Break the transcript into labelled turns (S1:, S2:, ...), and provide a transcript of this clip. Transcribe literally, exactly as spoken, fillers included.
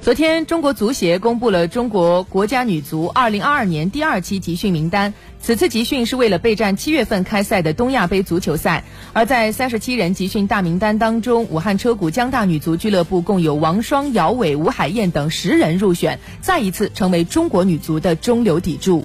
S1: 昨天，中国足协公布了中国国家女足二零二二年第二期集训名单。此次集训是为了备战七月份开赛的东亚杯足球赛。而在三十七人集训大名单当中，武汉车谷江大女足俱乐部共有王霜、姚伟、吴海燕等十人入选，再一次成为中国女足的中流砥柱。